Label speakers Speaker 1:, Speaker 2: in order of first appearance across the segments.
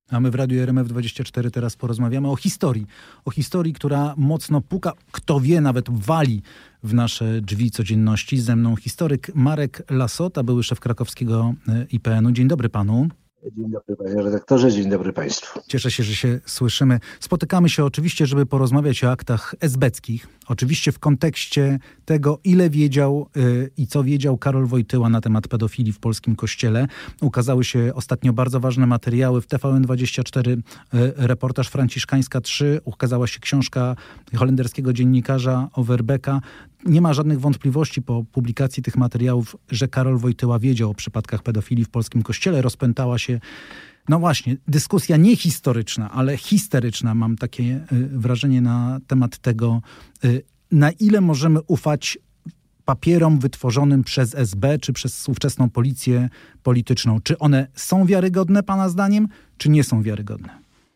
Speaker 1: A my w Radiu RMF24 teraz porozmawiamy o historii. O historii, która mocno puka, kto wie, nawet wali w nasze drzwi codzienności. Ze mną historyk Marek Lassota, były szef krakowskiego IPN-u. Dzień dobry panu.
Speaker 2: Dzień dobry panie redaktorze, dzień dobry państwu.
Speaker 1: Cieszę się, że się słyszymy. Spotykamy się oczywiście, żeby porozmawiać o aktach esbeckich. Oczywiście w kontekście tego, ile wiedział i co wiedział Karol Wojtyła na temat pedofilii w polskim kościele. Ukazały się ostatnio bardzo ważne materiały w TVN24, reportaż Franciszkańska 3, ukazała się książka holenderskiego dziennikarza Overbecka. Nie ma żadnych wątpliwości po publikacji tych materiałów, że Karol Wojtyła wiedział o przypadkach pedofilii w polskim kościele. Rozpętała się, no właśnie, dyskusja nie historyczna, ale histeryczna. Mam takie wrażenie na temat tego, na ile możemy ufać papierom wytworzonym przez SB czy przez współczesną policję polityczną. Czy one są wiarygodne pana zdaniem, czy nie są wiarygodne?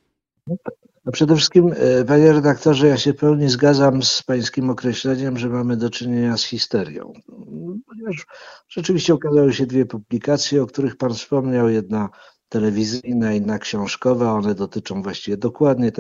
Speaker 2: No przede wszystkim, panie redaktorze, ja się pełni zgadzam z pańskim określeniem, że mamy do czynienia z histerią. Ponieważ rzeczywiście ukazały się dwie publikacje, o których pan wspomniał. Jedna telewizyjna, inna książkowa. One dotyczą właściwie dokładnie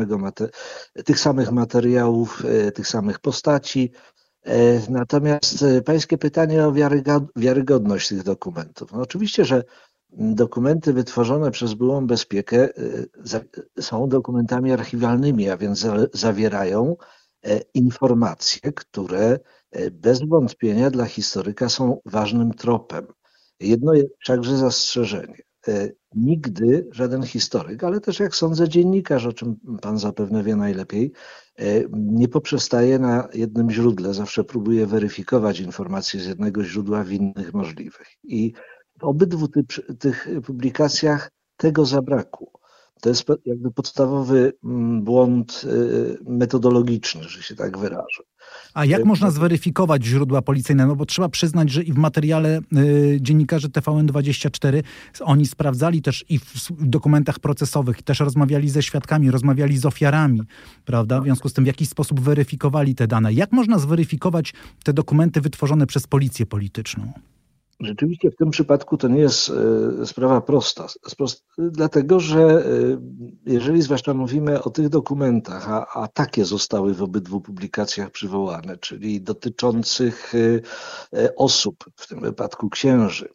Speaker 2: tych samych materiałów, tych samych postaci. Natomiast pańskie pytanie o wiarygodność tych dokumentów. No oczywiście, że dokumenty wytworzone przez byłą bezpiekę są dokumentami archiwalnymi, a więc zawierają informacje, które bez wątpienia dla historyka są ważnym tropem. Jedno wszakże zastrzeżenie. Nigdy żaden historyk, ale też jak sądzę dziennikarz, o czym pan zapewne wie najlepiej, nie poprzestaje na jednym źródle. Zawsze próbuje weryfikować informacje z jednego źródła w innych możliwych. I w obydwu tych publikacjach tego zabrakło. To jest jakby podstawowy błąd metodologiczny, że się tak wyrażę.
Speaker 1: A jak można zweryfikować źródła policyjne? No bo trzeba przyznać, że i w materiale dziennikarzy TVN24 oni sprawdzali też i w dokumentach procesowych, też rozmawiali ze świadkami, rozmawiali z ofiarami, prawda? W związku z tym w jakiś sposób weryfikowali te dane. Jak można zweryfikować te dokumenty wytworzone przez policję polityczną?
Speaker 2: Rzeczywiście w tym przypadku to nie jest sprawa prosta, dlatego że jeżeli zwłaszcza mówimy o tych dokumentach, a takie zostały w obydwu publikacjach przywołane, czyli dotyczących osób, w tym wypadku księży,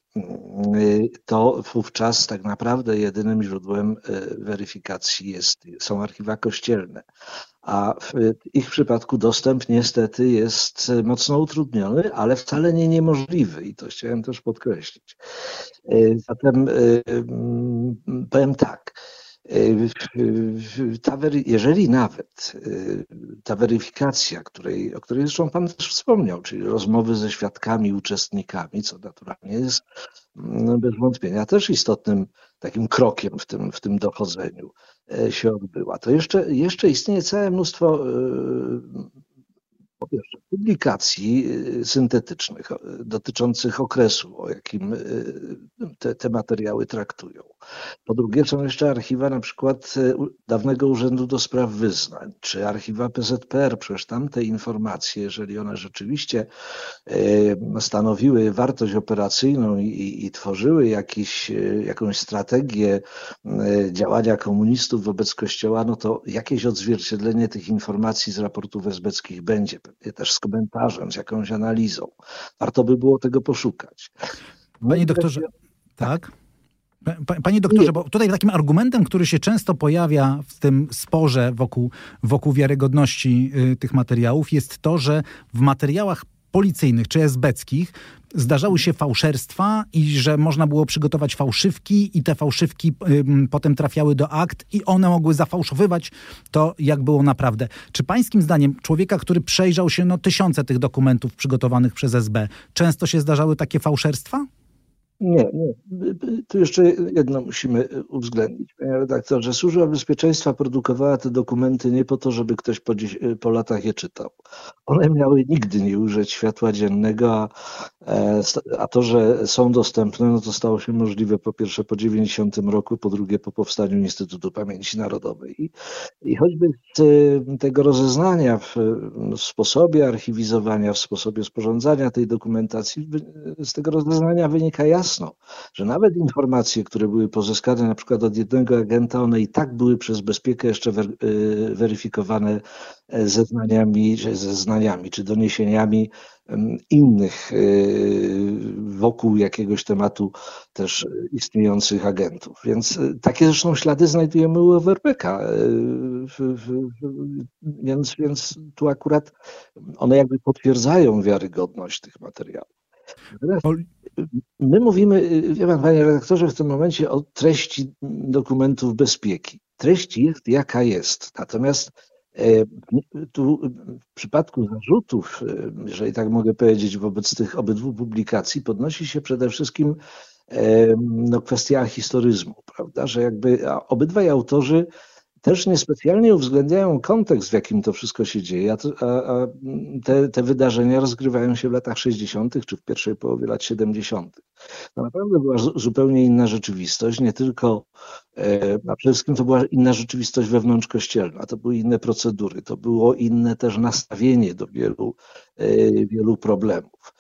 Speaker 2: to wówczas tak naprawdę jedynym źródłem weryfikacji są archiwa kościelne. A w ich przypadku dostęp niestety jest mocno utrudniony, ale wcale nie niemożliwy i to chciałem też podkreślić. Zatem powiem tak, jeżeli nawet ta weryfikacja, o której zresztą pan też wspomniał, czyli rozmowy ze świadkami, uczestnikami, co naturalnie jest bez wątpienia też istotnym takim krokiem w tym dochodzeniu się odbyła, to jeszcze istnieje całe mnóstwo po pierwsze publikacji syntetycznych dotyczących okresu, o jakim te materiały traktują. Po drugie są jeszcze archiwa na przykład dawnego Urzędu do Spraw Wyznań, czy archiwa PZPR. Przecież tamte informacje, jeżeli one rzeczywiście stanowiły wartość operacyjną i tworzyły jakąś strategię działania komunistów wobec Kościoła, no to jakieś odzwierciedlenie tych informacji z raportów esbeckich będzie, pewnie też z komentarzem, z jakąś analizą. Warto by było tego poszukać.
Speaker 1: Panie doktorze, tak? Panie doktorze, bo tutaj takim argumentem, który się często pojawia w tym sporze wokół wiarygodności tych materiałów, jest to, że w materiałach policyjnych czy esbeckich zdarzały się fałszerstwa i że można było przygotować fałszywki i te fałszywki potem trafiały do akt i one mogły zafałszowywać to, jak było naprawdę. Czy pańskim zdaniem człowieka, który przejrzał się tysiące tych dokumentów przygotowanych przez SB, często się zdarzały takie fałszerstwa?
Speaker 2: Nie. Tu jeszcze jedno musimy uwzględnić, panie redaktorze. Służba Bezpieczeństwa produkowała te dokumenty nie po to, żeby ktoś po latach je czytał. One miały nigdy nie ujrzeć światła dziennego, a to, że są dostępne, no to stało się możliwe po pierwsze po 90 roku, po drugie po powstaniu Instytutu Pamięci Narodowej. I choćby z tego rozeznania w sposobie archiwizowania, w sposobie sporządzania tej dokumentacji, z tego rozeznania wynika jasno, jasno, że nawet informacje, które były pozyskane na przykład od jednego agenta, one i tak były przez bezpiekę jeszcze weryfikowane zeznaniami czy doniesieniami innych wokół jakiegoś tematu też istniejących agentów. Więc takie zresztą ślady znajdujemy u Overbecka. Więc tu akurat one jakby potwierdzają wiarygodność tych materiałów. Natomiast my mówimy, wie pan, panie redaktorze, w tym momencie o treści dokumentów bezpieki. Treść jest jaka jest. Natomiast tu w przypadku zarzutów, jeżeli tak mogę powiedzieć, wobec tych obydwu publikacji podnosi się przede wszystkim kwestia historyzmu, prawda, że jakby obydwaj autorzy też niespecjalnie uwzględniają kontekst, w jakim to wszystko się dzieje, a te wydarzenia rozgrywają się w latach 60. czy w pierwszej połowie lat 70. To naprawdę była zupełnie inna rzeczywistość, nie tylko, a przede wszystkim to była inna rzeczywistość wewnątrzkościelna, to były inne procedury, to było inne też nastawienie do wielu problemów.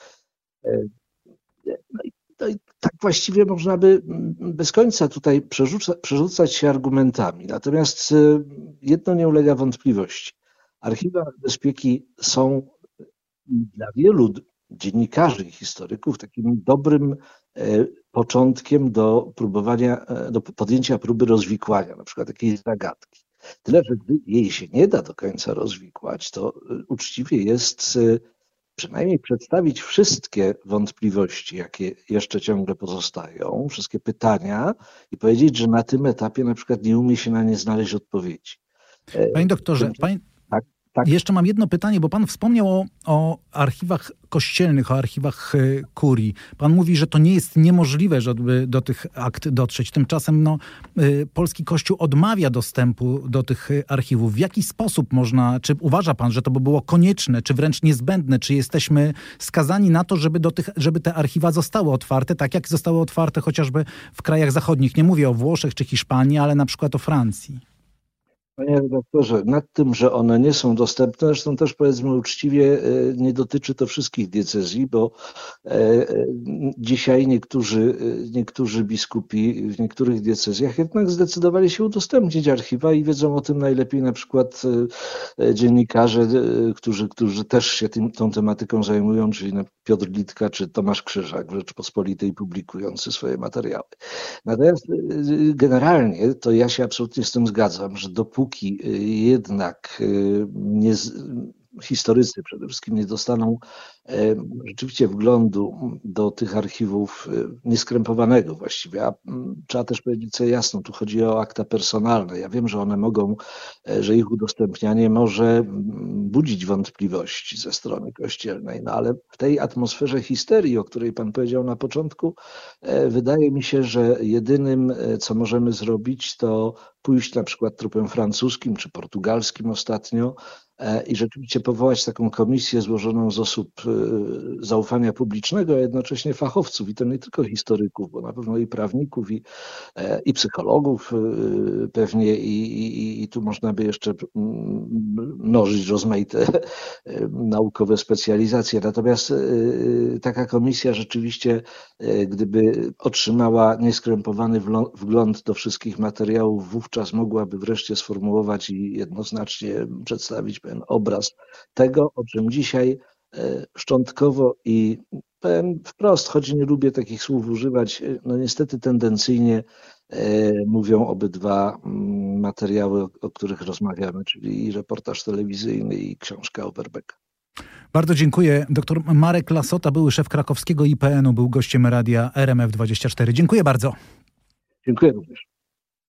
Speaker 2: No i tak właściwie można by bez końca tutaj przerzucać się argumentami. Natomiast jedno nie ulega wątpliwości. Archiwa bezpieki są dla wielu dziennikarzy i historyków takim dobrym początkiem do podjęcia próby rozwikłania na przykład jakiejś zagadki. Tyle, że gdy jej się nie da do końca rozwikłać, to uczciwie jest przynajmniej przedstawić wszystkie wątpliwości, jakie jeszcze ciągle pozostają, wszystkie pytania i powiedzieć, że na tym etapie na przykład nie umie się na nie znaleźć odpowiedzi.
Speaker 1: Panie doktorze,
Speaker 2: tak.
Speaker 1: Jeszcze mam jedno pytanie, bo pan wspomniał o archiwach kościelnych, o archiwach kurii. Pan mówi, że to nie jest niemożliwe, żeby do tych akt dotrzeć. Tymczasem polski Kościół odmawia dostępu do tych archiwów. W jaki sposób można, czy uważa pan, że to by było konieczne, czy wręcz niezbędne, czy jesteśmy skazani na to, żeby te archiwa zostały otwarte, tak jak zostały otwarte chociażby w krajach zachodnich? Nie mówię o Włoszech czy Hiszpanii, ale na przykład o Francji.
Speaker 2: Panie redaktorze, nad tym, że one nie są dostępne, zresztą też powiedzmy uczciwie, nie dotyczy to wszystkich diecezji, bo dzisiaj niektórzy biskupi w niektórych diecezjach jednak zdecydowali się udostępnić archiwa i wiedzą o tym najlepiej na przykład dziennikarze, którzy też się tą tematyką zajmują, czyli Piotr Litka czy Tomasz Krzyżak w Rzeczpospolitej publikujący swoje materiały. Natomiast generalnie to ja się absolutnie z tym zgadzam, że dopóki jednak historycy przede wszystkim nie dostaną rzeczywiście wglądu do tych archiwów nieskrępowanego właściwie, a trzeba też powiedzieć sobie jasno, tu chodzi o akta personalne. Ja wiem, że one mogą, że ich udostępnianie może budzić wątpliwości ze strony kościelnej, no ale w tej atmosferze histerii, o której pan powiedział na początku, wydaje mi się, że jedynym, co możemy zrobić, to pójść na przykład tropem francuskim czy portugalskim ostatnio i rzeczywiście powołać taką komisję złożoną z osób zaufania publicznego, a jednocześnie fachowców, i to nie tylko historyków, bo na pewno i prawników, i psychologów pewnie, i tu można by jeszcze mnożyć rozmaite naukowe specjalizacje. Natomiast taka komisja rzeczywiście, gdyby otrzymała nieskrępowany wgląd do wszystkich materiałów, wówczas mogłaby wreszcie sformułować i jednoznacznie przedstawić pewien obraz tego, o czym dzisiaj szczątkowo i powiem wprost, choć nie lubię takich słów używać, no niestety tendencyjnie mówią obydwa materiały, o których rozmawiamy, czyli i reportaż telewizyjny, i książka Overbecka.
Speaker 1: Bardzo dziękuję. Dr Marek Lasota, były szef krakowskiego IPN-u, był gościem radia RMF24. Dziękuję bardzo.
Speaker 2: Dziękuję również.